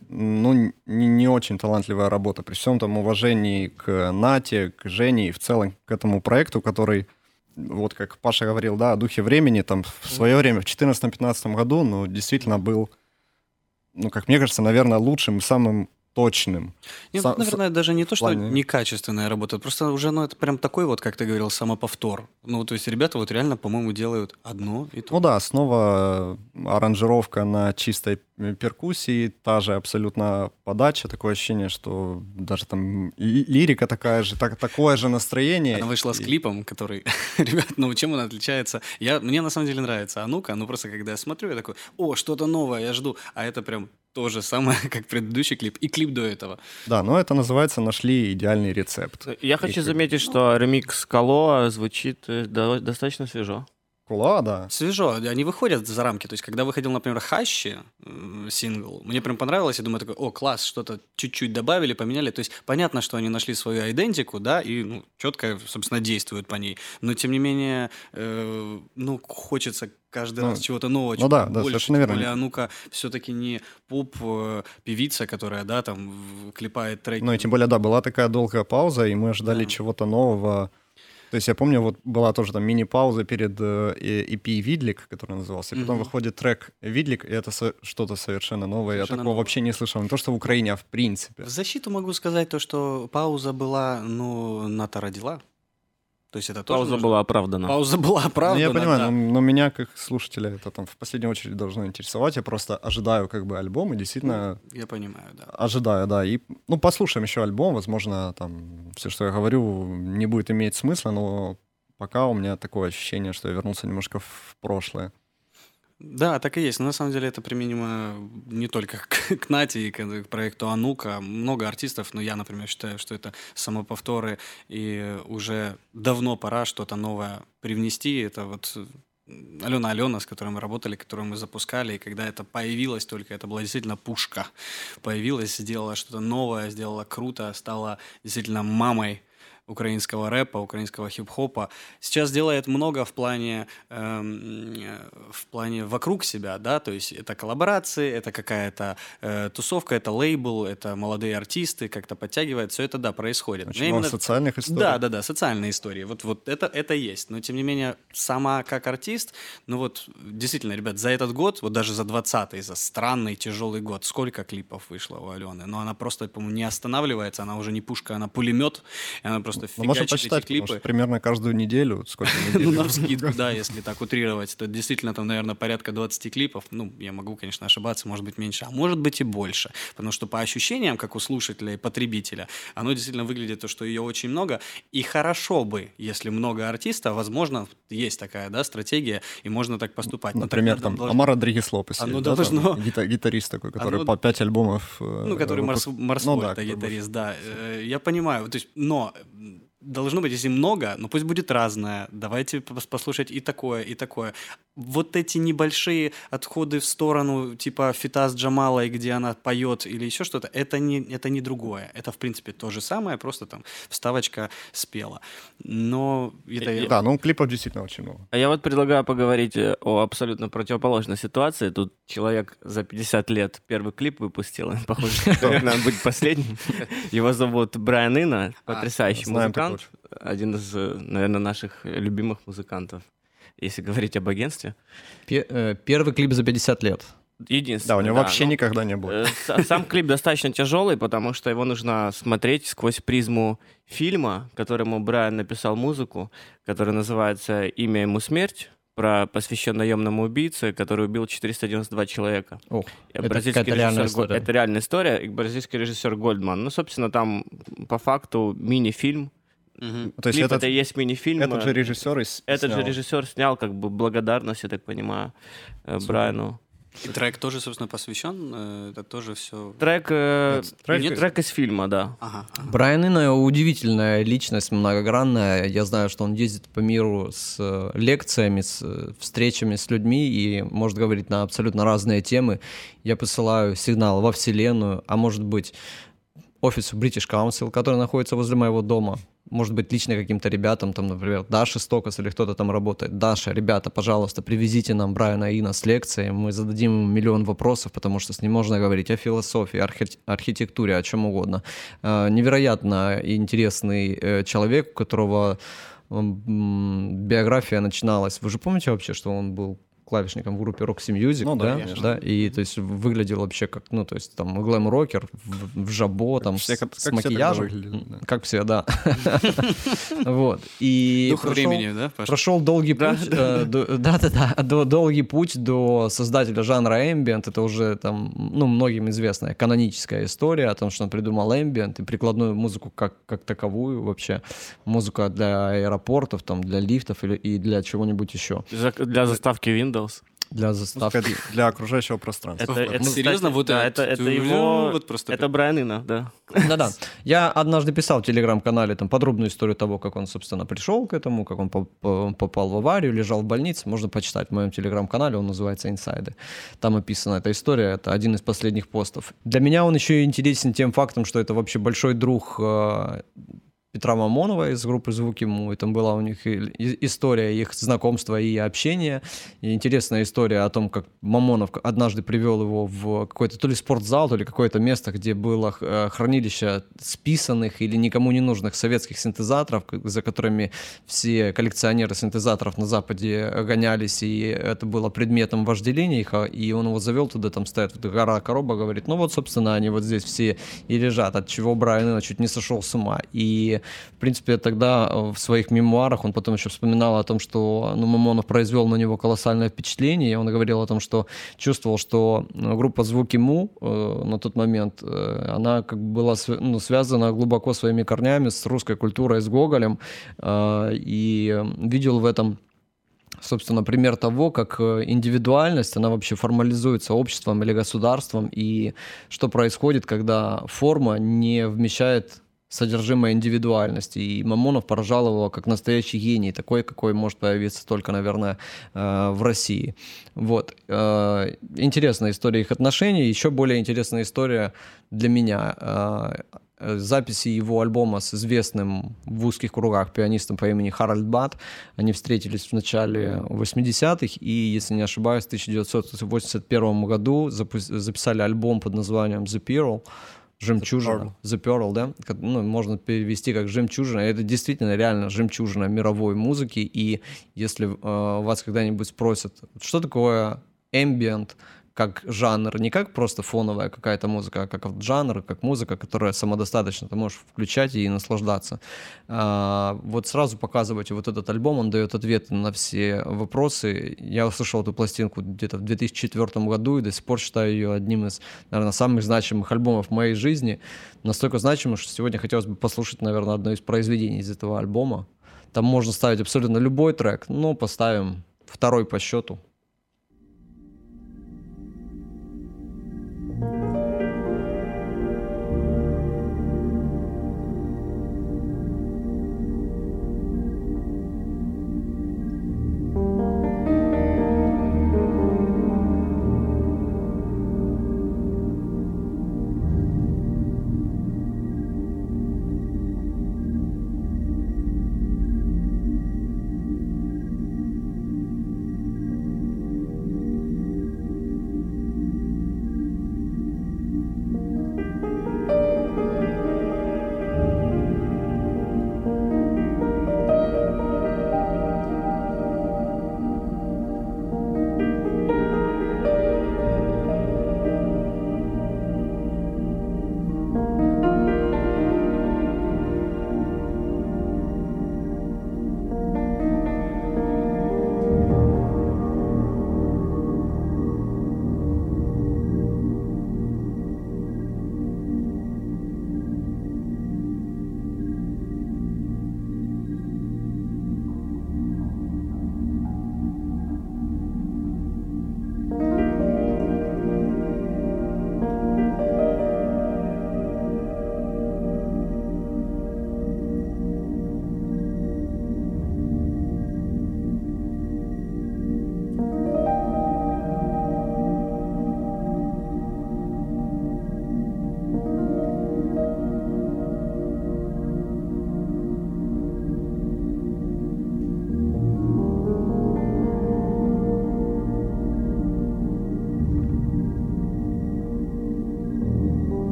не очень талантливая работа, при всем том уважении к Нате, к Жене и в целом к этому проекту, который, вот как Паша говорил, да, о духе времени, там в свое время, в 2014-2015 году, ну, действительно был, ну, как мне кажется, наверное, лучшим и самым точным. Нет, наверное, даже не то, что некачественная работа, просто уже, ну, это прям такой вот, как ты говорил, самоповтор. Ну, то есть ребята вот реально, по-моему, делают одно и то. Ну да, снова аранжировка на чистой перкуссии, та же абсолютно подача, такое ощущение, что даже там лирика такая же, такое же настроение. Она вышла с клипом, который, ребят, ну, чем он отличается? Мне на самом деле нравится «А-ну-ка», ну, просто когда я смотрю, я такой, о, что-то новое, я жду, а это прям то же самое, как предыдущий клип, и клип до этого. Да, но это называется «Нашли идеальный рецепт». Я хочу заметить, что ремикс Кало звучит достаточно свежо. Кула, да. Свежо, они выходят за рамки. То есть, когда выходил, например, «Хащи» сингл, мне прям понравилось, я думаю, такой, о, класс, что-то чуть-чуть добавили, поменяли. То есть, понятно, что они нашли свою идентику, да, и, ну, четко, собственно, действуют по ней. Но, тем не менее, ну, хочется каждый раз чего-то нового, ну, да, больше. Совершенно верно. Более, «А-ну-ка» все-таки не поп-певица, которая, да, там, клепает треки. Ну, и тем более, да, была такая долгая пауза, и мы ожидали чего-то нового. То есть я помню, вот была тоже там мини-пауза перед EP «Видлик», который назывался, и потом выходит трек «Видлик», и это что-то совершенно новое. Я такого вообще не слышал. Не то, что в Украине, а в принципе. В защиту могу сказать то, что пауза была, ну, Ната родила. То есть это Пауза была оправдана. Пауза была оправдана, я понимаю, да. но меня, как слушателя, это там в последнюю очередь должно интересовать. Я просто ожидаю как бы альбом, и действительно... Я понимаю, да. Ожидаю, да. И, ну, послушаем еще альбом. Возможно, там все, что я говорю, не будет иметь смысла, но пока у меня такое ощущение, что я вернулся немножко в прошлое. Да, так и есть. Но на самом деле это применимо не только к Нате и к проекту «А-ну-ка». Много артистов, но я, например, считаю, что это самоповторы, и уже давно пора что-то новое привнести. Это вот Алена, с которой мы работали, которую мы запускали, и когда это появилось только, это была действительно пушка. Появилась, сделала что-то новое, сделала круто, стала действительно мамой украинского рэпа, украинского хип-хопа. Сейчас делает много в плане вокруг себя, да, то есть это коллаборации, это какая-то тусовка, это лейбл, это молодые артисты, как-то подтягивает, все это, да, происходит. Очень много социальных историй. Да, социальные истории, вот это есть, но тем не менее сама как артист, ну вот действительно, ребят, за этот год, вот даже за 20-й, за странный, тяжелый год, сколько клипов вышло у Алены, но она просто, по-моему, не останавливается, она уже не пушка, она пулемет, и она просто Можно фигачит посчитать, эти клипы. потому что примерно каждую неделю, сколько недель. Ну, навскидку, да, если так утрировать, то действительно там, наверное, порядка 20 клипов. Ну, я могу, конечно, ошибаться, может быть, меньше, а может быть и больше. Потому что по ощущениям, как у слушателя и потребителя, оно действительно выглядит то, что ее очень много. И хорошо бы, если много артистов, возможно, есть такая, да, стратегия, и можно так поступать. Например, там Амар Родригес Лопес, гитарист такой, который по 5 альбомов... Ну, который морской гитарист, да. Я понимаю, то есть, но... Должно быть, если много, но пусть будет разное. Давайте послушать и такое, и такое. Вот эти небольшие отходы в сторону, типа фита с Джамалой, где она поет или еще что-то, это не другое. Это, в принципе, то же самое, просто там вставочка спела. Но... Да, ну клипов действительно очень много. А я вот предлагаю поговорить о абсолютно противоположной ситуации. Тут человек за 50 лет первый клип выпустил. Похоже, что надо быть последним. Его зовут Брайан Ино, потрясающий музыкант. Один из, наверное, наших любимых музыкантов, если говорить об агентстве. Первый клип за 50 лет. Единственный. Да, у него вообще никогда не было. Сам клип достаточно тяжелый, потому что его нужно смотреть сквозь призму фильма, которому Брайан написал музыку, который называется «Имя ему смерть», посвящен наемному убийце, который убил 492 человека. Это реальная история. Это реальная история. И бразильский режиссер Гольдман. Ну, собственно, там по факту мини-фильм. То есть это и есть мини-фильм. Этот же режиссер снял как бы благодарность, я так понимаю, Брайану. И трек тоже, собственно, посвящен? Это тоже все... Трек из фильма, да. Ага. Брайан Ино удивительная личность, многогранная. Я знаю, что он ездит по миру с лекциями, с встречами с людьми и может говорить на абсолютно разные темы. Я посылаю сигнал во Вселенную, а может быть офису British Council, который находится возле моего дома. Может быть, лично каким-то ребятам, там, например, Даша Стокос или кто-то там работает. Даша, ребята, пожалуйста, привезите нам Брайана Ино с лекцией, мы зададим ему миллион вопросов, потому что с ним можно говорить о философии, архитектуре, о чем угодно. Невероятно интересный человек, у которого биография начиналась. Вы же помните вообще, что он был клавишником в группе Roxy Music, ну, да? Конечно. Да, и то есть выглядел вообще как, ну, то есть там глэм-рокер в жабо, там все, с макияжем. Да. Как все, да. Вот. И дух времени, да, Паша? Прошел долгий путь, долгий путь до создателя жанра ambient. Это уже там, ну, многим известная каноническая история о том, что он придумал ambient и прикладную музыку как таковую вообще. Музыка для аэропортов, там, для лифтов и для чего-нибудь еще. Для заставки Windows. Для заставки. Для окружающего пространства. Это серьезно? Вот это его... Вот просто... Это Брайан Ино, да. Да-да. Я однажды писал в Телеграм-канале там подробную историю того, как он, собственно, пришел к этому, как он попал в аварию, лежал в больнице. Можно почитать в моем Телеграм-канале, он называется «Инсайды». Там описана эта история, это один из последних постов. Для меня он еще и интересен тем фактом, что это вообще большой друг Петра Мамонова из группы «Звуки Му», и там была у них история их знакомства и общения, и интересная история о том, как Мамонов однажды привел его в какой-то то ли спортзал, то ли какое-то место, где было хранилище списанных или никому не нужных советских синтезаторов, за которыми все коллекционеры синтезаторов на Западе гонялись, и это было предметом вожделения их, и он его завел туда, там стоит гора коробок, говорит, ну вот, собственно, они вот здесь все и лежат, от чего Брайан Ино чуть не сошел с ума. И в принципе, тогда в своих мемуарах он потом еще вспоминал о том, что Мамонов произвел на него колоссальное впечатление, и он говорил о том, что чувствовал, что группа «Звуки Му» на тот момент, она как бы была связана глубоко своими корнями с русской культурой, с Гоголем, и видел в этом, собственно, пример того, как индивидуальность, она вообще формализуется обществом или государством, и что происходит, когда форма не вмещает содержимое индивидуальности. И Мамонов поражал его как настоящий гений, такой, какой может появиться только, наверное, в России. Вот. Интересная история их отношений. Еще более интересная история для меня. Записи его альбома с известным в узких кругах пианистом по имени Харальд Бат. Они встретились в начале 80-х, и, если не ошибаюсь, в 1981 году записали альбом под названием «The Pearl», «Жемчужина». «The Pearl», да? Ну, можно перевести как «жемчужина». Это действительно реально жемчужина мировой музыки, и если вас когда-нибудь спросят, что такое ambient, как жанр, не как просто фоновая какая-то музыка, а как жанр, как музыка, которая самодостаточна, ты можешь включать и наслаждаться. Вот сразу показывать вот этот альбом, он дает ответы на все вопросы. Я услышал эту пластинку где-то в 2004 году и до сих пор считаю ее одним из, наверное, самых значимых альбомов в моей жизни. Настолько значимых, что сегодня хотелось бы послушать, наверное, одно из произведений из этого альбома. Там можно ставить абсолютно любой трек, но поставим второй по счету.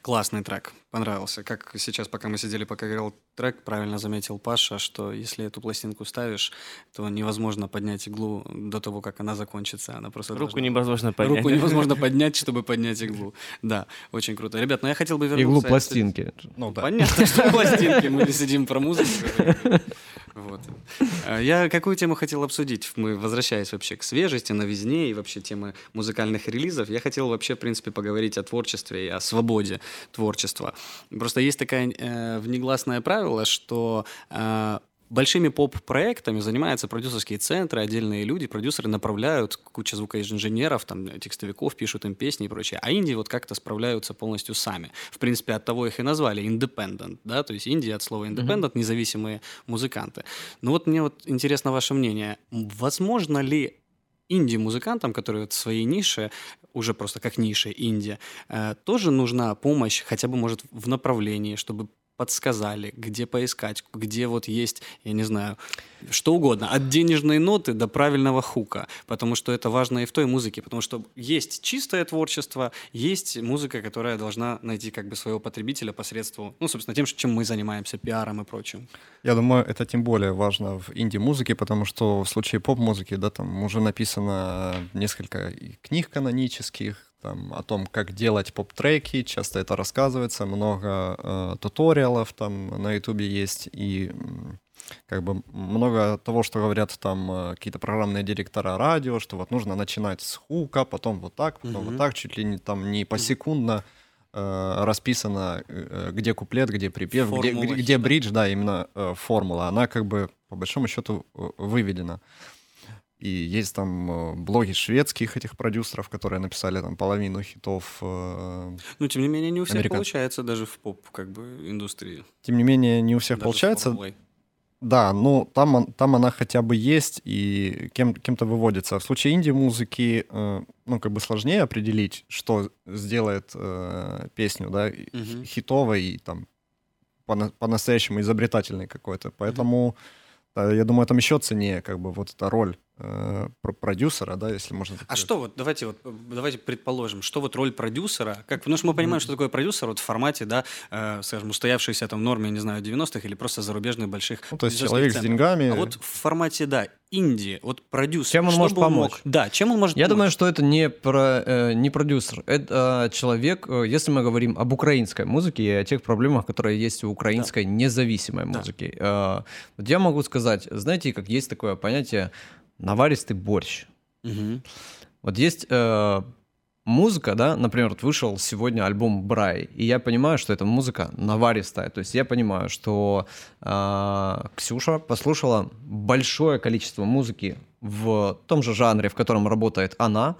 Классный трек, понравился. Как сейчас, пока мы сидели, пока играл трек, правильно заметил Паша, что если эту пластинку ставишь, то невозможно поднять иглу до того, как она закончится. Она просто Руку должна- невозможно поднять. Руку невозможно поднять, чтобы поднять иглу. Да, очень круто. Ребят, но я хотел бы вернуться... Иглу пластинки. Ну да. Понятно, что пластинки, мы не сидим про музыку. Вот. Я какую тему хотел обсудить? Мы, возвращаясь вообще к свежести, новизне и вообще темы музыкальных релизов, я хотел вообще, в принципе, поговорить о творчестве и о свободе творчества. Просто есть такое внегласное правило, что большими поп-проектами занимаются продюсерские центры, отдельные люди, продюсеры направляют, куча звукоинженеров, там, текстовиков пишут им песни и прочее. А инди вот как-то справляются полностью сами. В принципе, от того их и назвали independent, да, то есть инди от слова independent, независимые музыканты. Ну вот мне вот интересно ваше мнение. Возможно ли инди-музыкантам, которые вот в своей нише, уже просто как ниша инди, тоже нужна помощь, хотя бы, может, в направлении, чтобы подсказали, где поискать, где вот есть, я не знаю, что угодно, от денежной ноты до правильного хука, потому что это важно и в той музыке, потому что есть чистое творчество, есть музыка, которая должна найти как бы своего потребителя посредством, ну, собственно, тем, чем мы занимаемся, пиаром и прочим. Я думаю, это тем более важно в инди-музыке, потому что в случае поп-музыки, да, там уже написано несколько и книг канонических, там, о том, как делать поп-треки, часто это рассказывается, много туториалов там на ютубе есть, и как бы много того, что говорят там какие-то программные директора радио, что вот нужно начинать с хука, потом вот так, потом вот так, чуть ли не там не посекундно расписано, где куплет, где припев, где бридж, да, именно формула, она как бы по большому счету выведена. И есть там блоги шведских этих продюсеров, которые написали там половину хитов. Но тем не менее не у всех получается даже в поп как бы индустрии. Тем не менее не у всех Даже получается. Да, ну там она хотя бы есть и кем-то выводится. В случае инди-музыки, ну как бы сложнее определить, что сделает песню, да, хитовой и там по-настоящему изобретательной какой-то. Поэтому я думаю, там еще ценнее как бы вот эта роль продюсера, да, если можно так А сказать. что вот, давайте предположим, что вот роль продюсера, потому что мы понимаем, что такое продюсер вот в формате, да, скажем, устоявшийся там в норме, не знаю, 90-х или просто зарубежных больших Ну, то есть продюсерских человек с центров. деньгами. А вот в формате, да, инди, вот продюсер. Чем он что может бы помочь? Да, чем он может Я помочь? думаю, что это не продюсер, это человек, если мы говорим об украинской музыке и о тех проблемах, которые есть у украинской независимой музыки. Вот я могу сказать, знаете, как есть такое понятие наваристый борщ. Мгм. Вот есть музыка, да, например, вот вышел сегодня альбом Брай, и я понимаю, что эта музыка наваристая, то есть я понимаю, что Ксюша послушала большое количество музыки в том же жанре, в котором работает она,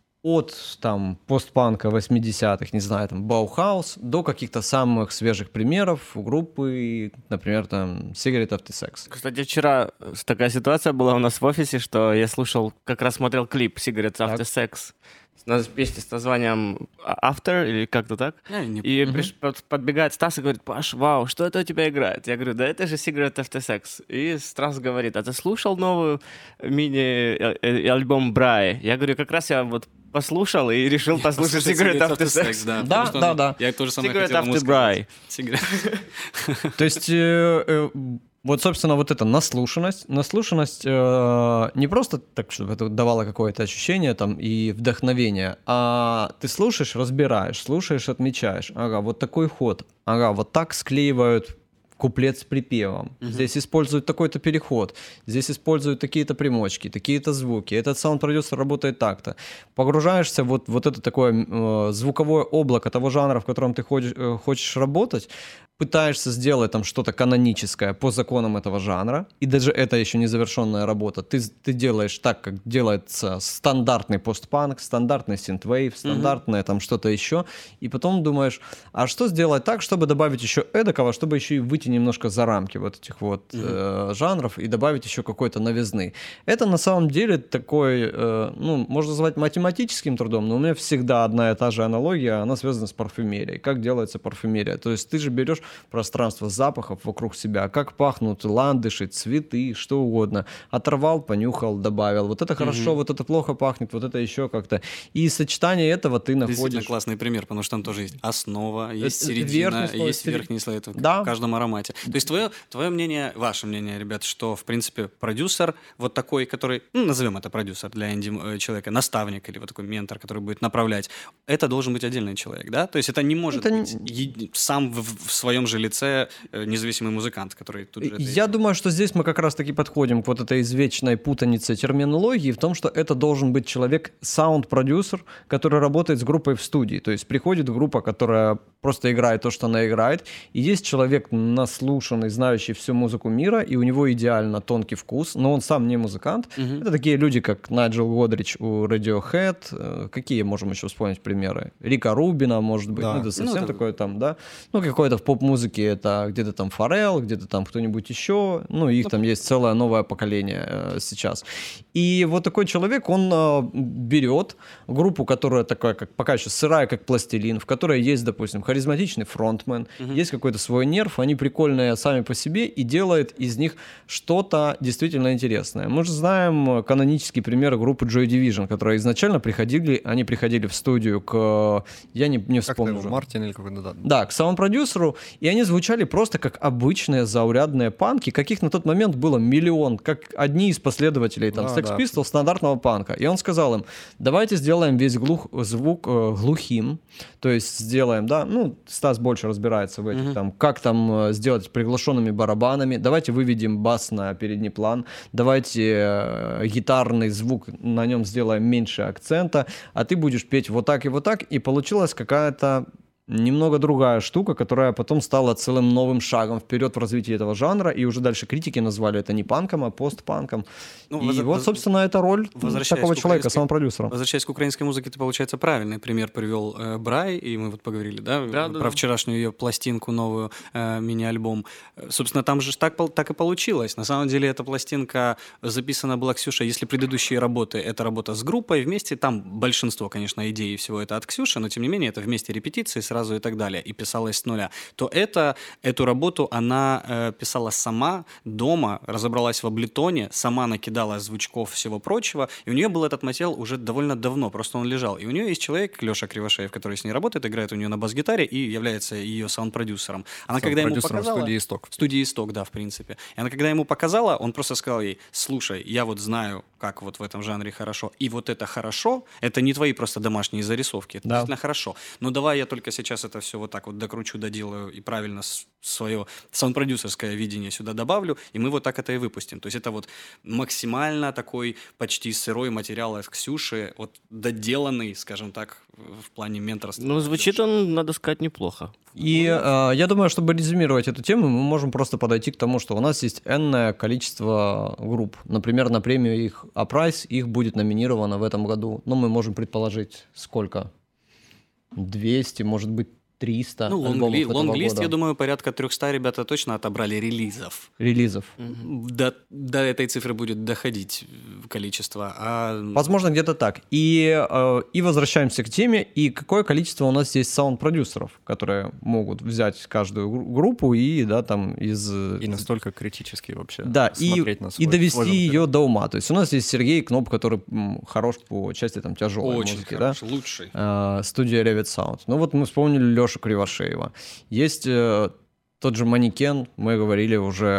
от там постпанка 80-х, не знаю, там Баухаус, до каких-то самых свежих примеров у группы, например, там Cigarette After Sex. Кстати, вчера такая ситуация была у нас в офисе, что я слушал, как раз смотрел клип Cigarettes After Sex. Песня с названием After, или как-то так. И подбегает Стас и говорит: Паш, вау, что это у тебя играет? Я говорю: да это же Cigarette After Sex. И Стас говорит: а ты слушал новую мини-альбом Брай? Я говорю: как раз я вот послушал и решил послушать Cigarette After Sex. Да. Я тоже самое Cigarette хотел ему After сказать. Bride. То есть, вот, собственно, вот эта наслушанность не просто так, чтобы это давало какое-то ощущение там и вдохновение, а ты слушаешь, разбираешь, слушаешь, отмечаешь. Ага, вот такой ход. Ага, вот так склеивают куплет с припевом. Здесь используют такой-то переход. Здесь используют такие-то примочки, такие-то звуки. Этот саунд-продюсер работает так-то. Погружаешься вот это такое звуковое облако того жанра, в котором ты хочешь работать, пытаешься сделать там что-то каноническое по законам этого жанра, и даже это еще не завершенная работа. Ты делаешь так, как делается стандартный постпанк, стандартный синтвейв, стандартное там что-то еще, и потом думаешь, а что сделать так, чтобы добавить еще эдакого, чтобы еще и вытянуть выйти немножко за рамки вот этих вот жанров и добавить еще какой-то новизны. Это на самом деле такой, ну, можно назвать математическим трудом, но у меня всегда одна и та же аналогия, она связана с парфюмерией. Как делается парфюмерия? То есть ты же берешь пространство запахов вокруг себя, как пахнут ландыши, цветы, что угодно. Оторвал, понюхал, добавил. Вот это хорошо, вот это плохо пахнет, вот это еще как-то. И сочетание этого ты находишь... Действительно классный пример, потому что там тоже есть основа, есть середина, слой, есть верхний слой. Это да. в каждом аромате. То есть твое мнение, ваше мнение, ребят, что, в принципе, продюсер вот такой, который, ну, назовем это продюсер для инди-человека, наставник или вот такой ментор, который будет направлять, это должен быть отдельный человек, да? То есть это не может быть сам в своем же лице независимый музыкант, который тут же... Я думаю, что здесь мы как раз-таки подходим к вот этой извечной путанице терминологии в том, что это должен быть человек, саунд-продюсер, который работает с группой в студии. То есть приходит группа, которая просто играет то, что она играет, и есть человек наслушанный, знающий всю музыку мира, и у него идеально тонкий вкус, но он сам не музыкант. Это такие люди, как Найджел Годрич у Radiohead. Какие можем еще вспомнить примеры? Рика Рубина, может быть. Да. Ну, это совсем такое там, да. Ну, какое-то в поп-музыке это где-то там Фаррелл, где-то там кто-нибудь еще. Ну, их там есть целое новое поколение сейчас. И вот такой человек, он берет группу, которая такая, как пока еще сырая, как пластилин, в которой есть, допустим, харизматичный фронтмен, есть какой-то свой нерв, они прикольные сами по себе, и делает из них что-то действительно интересное. Мы же знаем канонический пример группы Joy Division, которые изначально приходили в студию к... Я не вспомню уже. Мартин или какой-то, да. Да, к саунд-продюсеру, и они звучали просто как обычные заурядные панки, каких на тот момент было миллион, как одни из последователей там Sex Pistols, стандартного панка. И он сказал им, давайте сделаем весь звук глухим, то есть сделаем, да, ну, Стас больше разбирается в этих, там, как там сделать приглушенными барабанами, давайте выведем бас на передний план, давайте гитарный звук, на нем сделаем меньше акцента, а ты будешь петь вот так, и получилась какая-то немного другая штука, которая потом стала целым новым шагом вперед в развитии этого жанра, и уже дальше критики назвали это не панком, а постпанком. Ну, и вот, собственно, это роль такого человека, самопродюсера. Возвращаясь к украинской музыке, ты, получается, правильный пример привел Брай, и мы вот поговорили, да, про вчерашнюю ее пластинку, новую, мини-альбом. Собственно, там же так и получилось. На самом деле, эта пластинка записана была Ксюшей, если предыдущие работы, это работа с группой вместе, там большинство, конечно, идей и всего это от Ксюши, но, тем не менее, это вместе репетиции, сразу и так далее, и писалась с нуля, то эту работу она писала сама дома, разобралась в Абleton, сама накидала звучков всего прочего, и у нее был этот материал уже довольно давно, просто он лежал. И у нее есть человек, Леша Кривошеев, который с ней работает, играет у нее на бас-гитаре и является ее саунд-продюсером. Она когда ему показала... в студии «Исток». В студии «Исток», да, в принципе. И она когда ему показала, он просто сказал ей, слушай, я вот знаю, как вот в этом жанре хорошо, и вот это хорошо, это не твои просто домашние зарисовки, это действительно хорошо. Но давай я только сейчас это все вот так вот докручу, доделаю и правильно свое саунд-продюсерское видение сюда добавлю, и мы вот так это и выпустим. То есть это вот максимально такой почти сырой материал от Ксюши, вот доделанный, скажем так, в плане менторства. Ну, звучит он, надо сказать, неплохо. И я думаю, чтобы резюмировать эту тему, мы можем просто подойти к тому, что у нас есть энное количество групп. Например, на премию их Апрайс их будет номинировано в этом году. Ну, мы можем предположить, сколько? 200, может быть, 300 ну, альбомов этого лонглист, года. я думаю, порядка 300 ребята точно отобрали релизов. До этой цифры будет доходить количество. Возможно, где-то так. И возвращаемся к теме. И какое количество у нас есть саунд-продюсеров, которые могут взять каждую группу и, да, там из... И настолько критически вообще смотреть на свой, и довести ее до ума. То есть у нас есть Сергей Кноп, который хорош по части там тяжелой очень музыки. хорош, да? лучший. Студия Revit Sound. Ну вот мы вспомнили Лешу Кривошеева. Есть тот же Манекен, мы говорили уже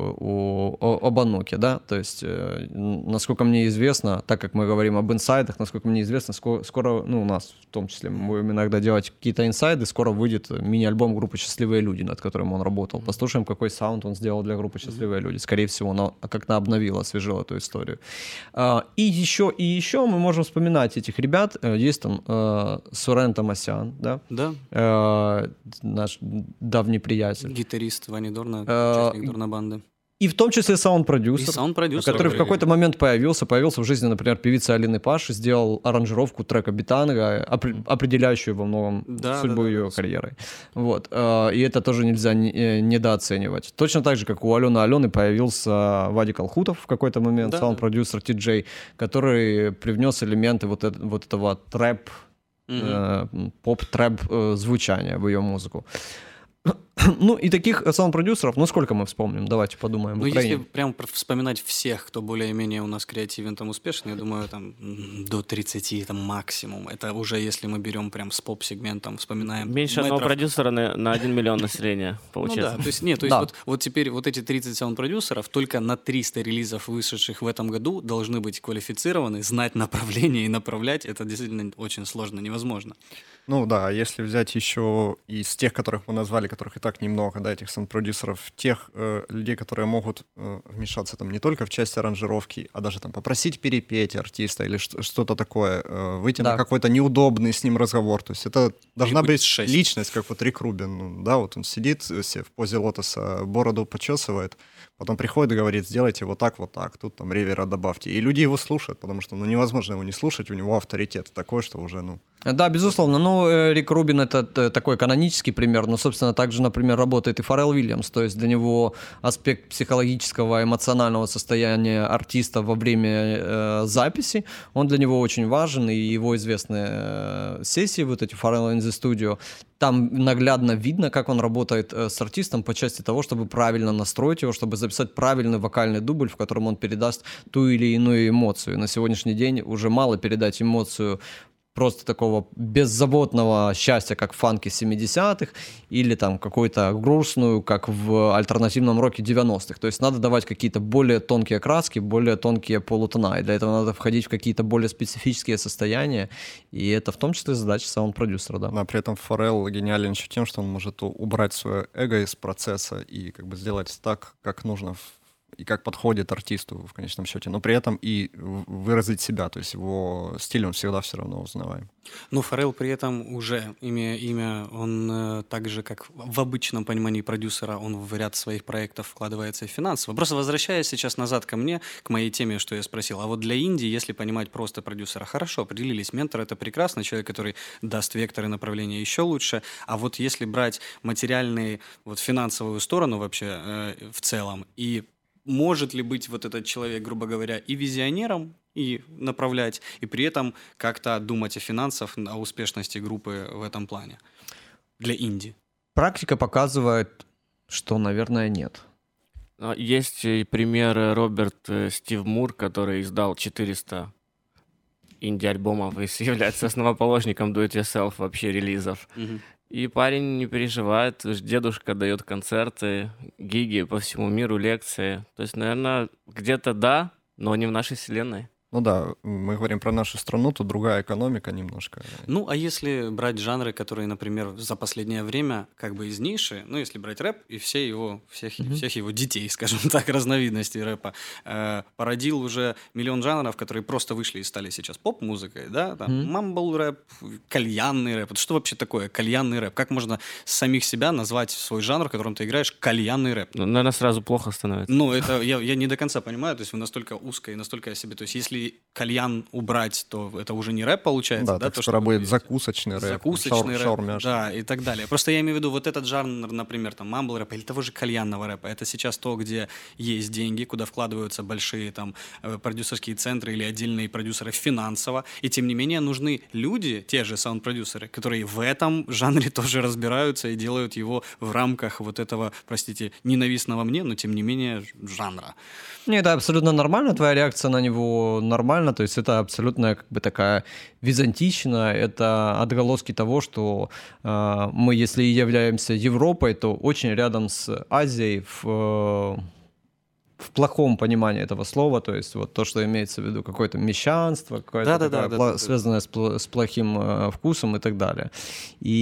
об Ануке, да, то есть, насколько мне известно, так как мы говорим об инсайдах, насколько мне известно, скоро, ну, у нас в том числе, мы будем иногда делать какие-то инсайды, скоро выйдет мини-альбом группы «Счастливые люди», над которым он работал. Послушаем, какой саунд он сделал для группы «Счастливые люди». Скорее всего, он как-то обновил, освежил эту историю. И еще мы можем вспоминать этих ребят. Есть там Сурен Томасян, да? Да. Наш давний приятель. Гитарист Вани Дорна, участник Дорна банды. И в том числе И саунд-продюсер, саунд-продюсер. который в какой-то момент появился в жизни, например, певицы Алины Паши, сделал аранжировку трека «Битанга», определяющую во многом Да, судьбу да, да, ее да. карьеры. Вот. И это тоже нельзя недооценивать. Точно так же, как у Алены появился Вадик Алхутов в какой-то момент, Да, саунд-продюсер Ти-Джей, который привнес элементы вот этого трэп, поп-трэп звучания в ее музыку. Ну, и таких саунд-продюсеров, ну, сколько мы вспомним? Давайте подумаем. Ну, в Украине. если прям вспоминать всех, кто более-менее у нас креативен, там успешный, я думаю, там до 30 там максимум. Это уже если мы берем прям с поп-сегментом, вспоминаем. Меньше одного мэтров. продюсера на 1 миллион населения, Ну получается. да, то есть, нет, то есть Да. вот теперь вот эти 30 саунд-продюсеров только на 300 релизов, вышедших в этом году, должны быть квалифицированы, знать направление и направлять. Это действительно очень сложно, невозможно. Ну да, а если взять еще из тех, которых мы назвали, которых и так немного, да, этих саунд-продюсеров, тех людей, которые могут вмешаться там не только в часть аранжировки, а даже там попросить перепеть артиста или что-то такое, выйти Да. на какой-то неудобный с ним разговор. То есть это должна будет быть 6. личность, как вот Рик Рубин, ну, да, вот он сидит себе в позе лотоса, бороду почесывает, потом приходит и говорит, сделайте вот так, тут там ревера добавьте. И люди его слушают, потому что ну, невозможно его не слушать, у него авторитет такой, что уже, ну... Да, безусловно. Ну, Рик Рубин — это такой канонический пример, но, собственно, также, например, работает и Фаррелл Уильямс, то есть для него аспект психологического, эмоционального состояния артиста во время записи, он для него очень важен, и его известные сессии, вот эти Farrell in the Studio, там наглядно видно, как он работает с артистом по части того, чтобы правильно настроить его, чтобы записать правильный вокальный дубль, в котором он передаст ту или иную эмоцию. На сегодняшний день уже мало передать эмоцию просто такого беззаботного счастья, как в фанке 70-х, или там какую-то грустную, как в альтернативном роке 90-х. То есть надо давать какие-то более тонкие краски, более тонкие полутона, и для этого надо входить в какие-то более специфические состояния, и это в том числе задача саунд-продюсера, да. А при этом Фаррелл гениален еще тем, что он может убрать свое эго из процесса и как бы сделать так, как нужно и как подходит артисту в конечном счете, но при этом и выразить себя, то есть его стиль он всегда все равно узнаваем. Ну, Фаррелл при этом уже, имея имя, он так же, как в обычном понимании продюсера, он в ряд своих проектов вкладывается и финансово. Просто возвращаясь сейчас назад ко мне, к моей теме, что я спросил, а вот для Индии, если понимать просто продюсера, хорошо, определились, ментор — это прекрасно, человек, который даст векторы направления, еще лучше, а вот если брать материальную, вот финансовую сторону вообще в целом, и может ли быть вот этот человек, грубо говоря, и визионером, и направлять, и при этом как-то думать о финансах, о успешности группы в этом плане для инди? Практика показывает, что, наверное, нет. Есть и пример Роберт Стив Мур, который издал 400 инди-альбомов и является основоположником do-it-yourself вообще релизов. И парень не переживает, дедушка дает концерты, гиги по всему миру, лекции. То есть, наверное, где-то да, но не в нашей вселенной. Ну да, мы говорим про нашу страну, тут другая экономика немножко. Ну, а если брать жанры, которые, например, за последнее время как бы изнейшие, ну, если брать рэп и всех его детей, скажем так, разновидностей рэпа, породил уже миллион жанров, которые просто вышли и стали сейчас поп-музыкой, да, там, мамбл-рэп, кальянный рэп. Это что вообще такое кальянный рэп? Как можно с самих себя назвать свой жанр, в котором ты играешь, кальянный рэп? Ну, наверное, сразу плохо становится. Ну, это я не до конца понимаю, то есть вы настолько узко и настолько о себе, то есть если кальян убрать, то это уже не рэп получается, Да, да? так То, скоро что вы будет видите. закусочный рэп, Закусочный рэп, шаурмяшный. да, и так далее. Просто я имею в виду вот этот жанр, например, там, мамбл рэпа или того же кальянного рэпа. Это сейчас то, где есть деньги, куда вкладываются большие там продюсерские центры или отдельные продюсеры финансово. И тем не менее нужны люди, те же саунд-продюсеры, которые в этом жанре тоже разбираются и делают его в рамках вот этого, простите, ненавистного мне, но тем не менее жанра. Не, это абсолютно нормально, твоя реакция на него нормальна, то есть это абсолютно как бы такая византична, это отголоски того, что мы, если и являемся Европой, то очень рядом с Азией в плохом понимании этого слова, то есть вот то, что имеется в виду какое-то мещанство, какое-то такое связанное с плохим вкусом и так далее.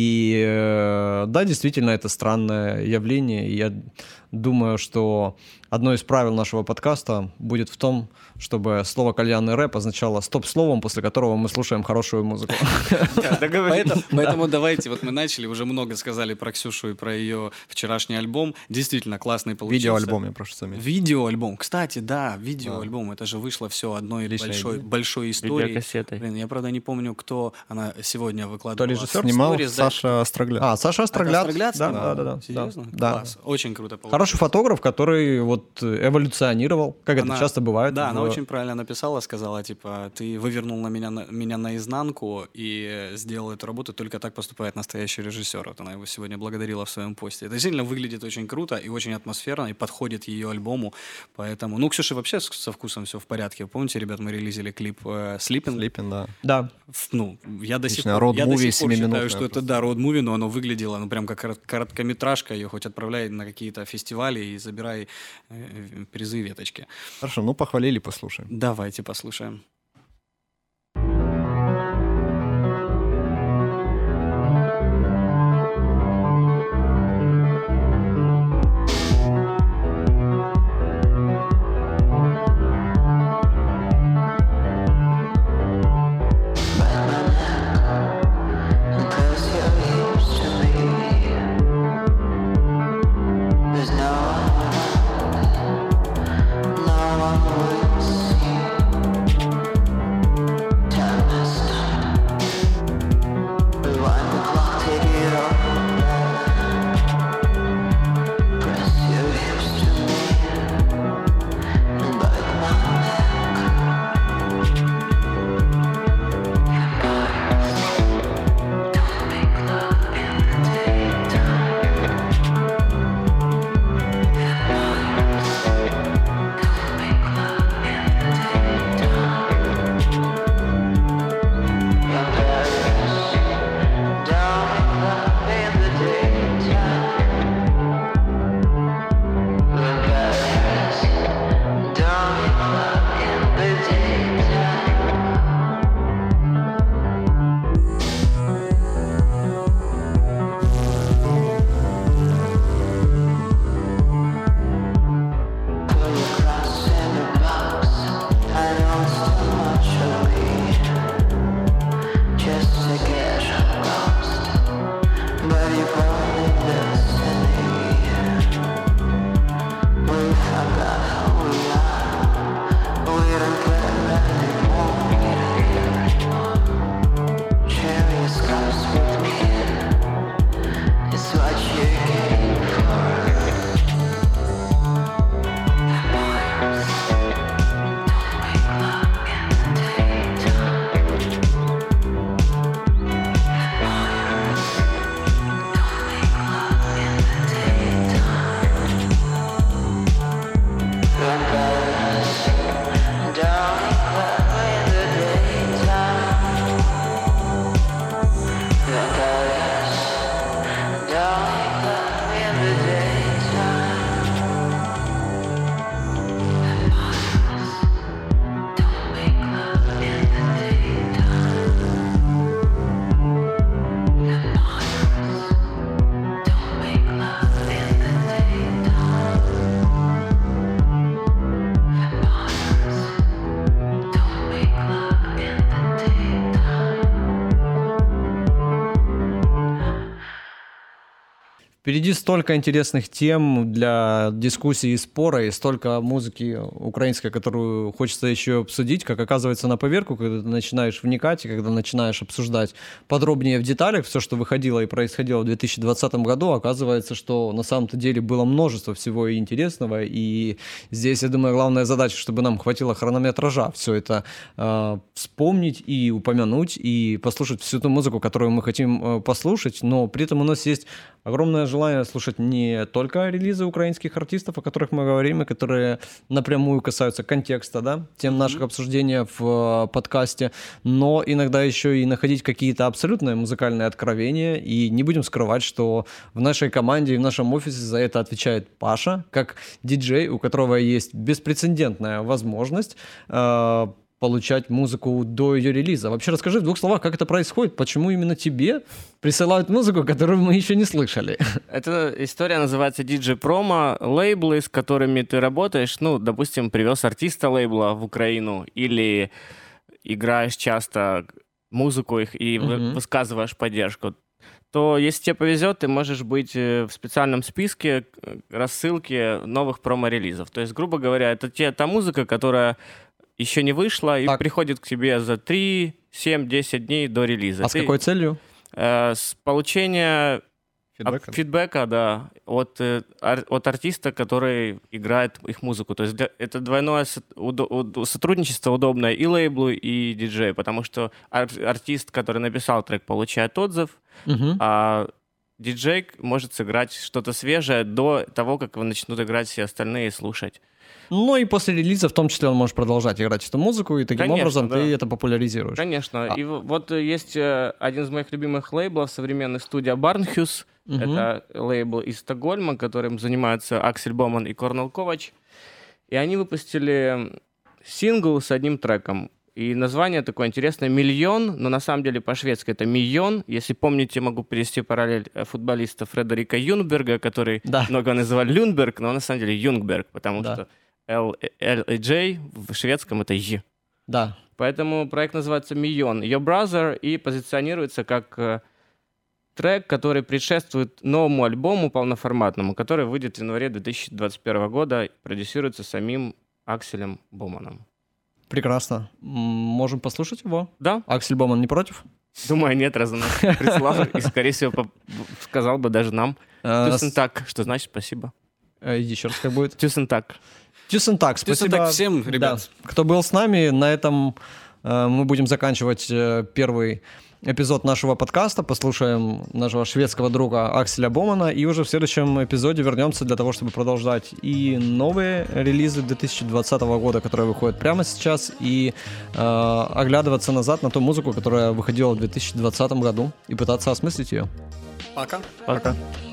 И да, действительно, это странное явление, и я думаю, что одно из правил нашего подкаста будет в том, чтобы слово «кальянный рэп» означало стоп-словом, после которого мы слушаем хорошую музыку. Поэтому давайте, вот мы начали, уже много сказали про Ксюшу и про ее вчерашний альбом. Действительно классный получился. Видеоальбом, я прошу заметить. Видеоальбом. Кстати, да, видеоальбом. Это же вышло все одной большой историей. Видеокассетой. Блин, я, правда, не помню, кто она сегодня выкладывала. То режиссер? Снимал Stories, да. Саша Острогляд. Саша Острогляд. Острогляд Да, снимал? да. Серьезно? Да. Класс. Очень круто получилось. Хороший фотограф, который вот эволюционировал, как это часто бывает. Да, она очень правильно написала, сказала, типа, ты вывернул меня наизнанку и сделал эту работу, только так поступает настоящий режиссер. Вот она его сегодня благодарила в своем посте. Это действительно выглядит очень круто и очень атмосферно, и подходит ее альбому, поэтому... Ну, Ксюша вообще со вкусом все в порядке. Помните, ребят, мы релизили клип «Sleeping»? Слипин, да. Да. Ну, я до сих Отлично, пор, road-movie считаю, 7-минутное что это, да, роуд-муви, но оно выглядело, ну, прям как короткометражка, ее хоть отправляй на какие-то фестивали и забирай призы, веточки. Хорошо, ну похвалили, послушаем. Давайте послушаем. Впереди столько интересных тем для дискуссии и спора, и столько музыки украинской, которую хочется еще обсудить, как оказывается на поверку, когда ты начинаешь вникать, и когда начинаешь обсуждать подробнее в деталях все, что выходило и происходило в 2020 году, оказывается, что на самом-то деле было множество всего и интересного, и здесь, я думаю, главная задача, чтобы нам хватило хронометража все это вспомнить и упомянуть, и послушать всю ту музыку, которую мы хотим послушать, но при этом у нас есть огромное желание слушать не только релизы украинских артистов, о которых мы говорим, и которые напрямую касаются контекста, да, тем наших обсуждений в подкасте, но иногда еще и находить какие-то абсолютные музыкальные откровения. И не будем скрывать, что в нашей команде и в нашем офисе за это отвечает Паша, как диджей, у которого есть беспрецедентная возможность получать музыку до ее релиза. Вообще расскажи в двух словах, как это происходит, почему именно тебе присылают музыку, которую мы еще не слышали. Эта история называется DJ-промо. Лейблы, с которыми ты работаешь, ну, допустим, привез артиста лейбла в Украину или играешь часто музыку их и высказываешь поддержку, то если тебе повезет, ты можешь быть в специальном списке рассылки новых промо-релизов. То есть, грубо говоря, это та музыка, которая еще не вышла и приходит к тебе за 3, 7, 10 дней до релиза. А с какой целью? С получения фидбэка, да, от артиста, который играет их музыку. То есть это двойное сотрудничество удобное и лейблу, и диджею, потому что артист, который написал трек, получает отзыв, а диджей может сыграть что-то свежее до того, как начнут играть все остальные и слушать. Ну и после релиза в том числе он может продолжать играть эту музыку, и таким образом да. ты это популяризируешь. Конечно. И вот есть один из моих любимых лейблов, современная студия Barnhus. Это лейбл из Стокгольма, которым занимаются Аксель Боман и Корнел Ковач. И они выпустили сингл с одним треком. И название такое интересное «Миллион», но на самом деле по-шведски это «Миллион». Если помните, могу привести параллель футболиста Фредерика Юнгберга, который много называли Люнберг, но он на самом деле Юнгберг, потому что L и J в шведском это «J». Да. Поэтому проект называется «Миллион». Your Brother и позиционируется как трек, который предшествует новому альбому полноформатному, который выйдет в январе 2021 года, продюсируется самим Акселем Боманом. Прекрасно. Можем послушать его? Да. Аксель Боман не против? Думаю, нет, раз он нас прислал, и, скорее всего, сказал бы даже нам. Тюсен так, что значит спасибо. Еще раз как будет? Тюсен так. Тюсен так, спасибо. Тюсен так всем, ребят. Да. Кто был с нами, на этом мы будем заканчивать первый эпизод нашего подкаста, послушаем нашего шведского друга Акселя Бомана, и уже в следующем эпизоде вернемся для того, чтобы продолжать и новые релизы 2020 года, которые выходят прямо сейчас, и оглядываться назад на ту музыку, которая выходила в 2020 году, и пытаться осмыслить ее. Пока. Пока.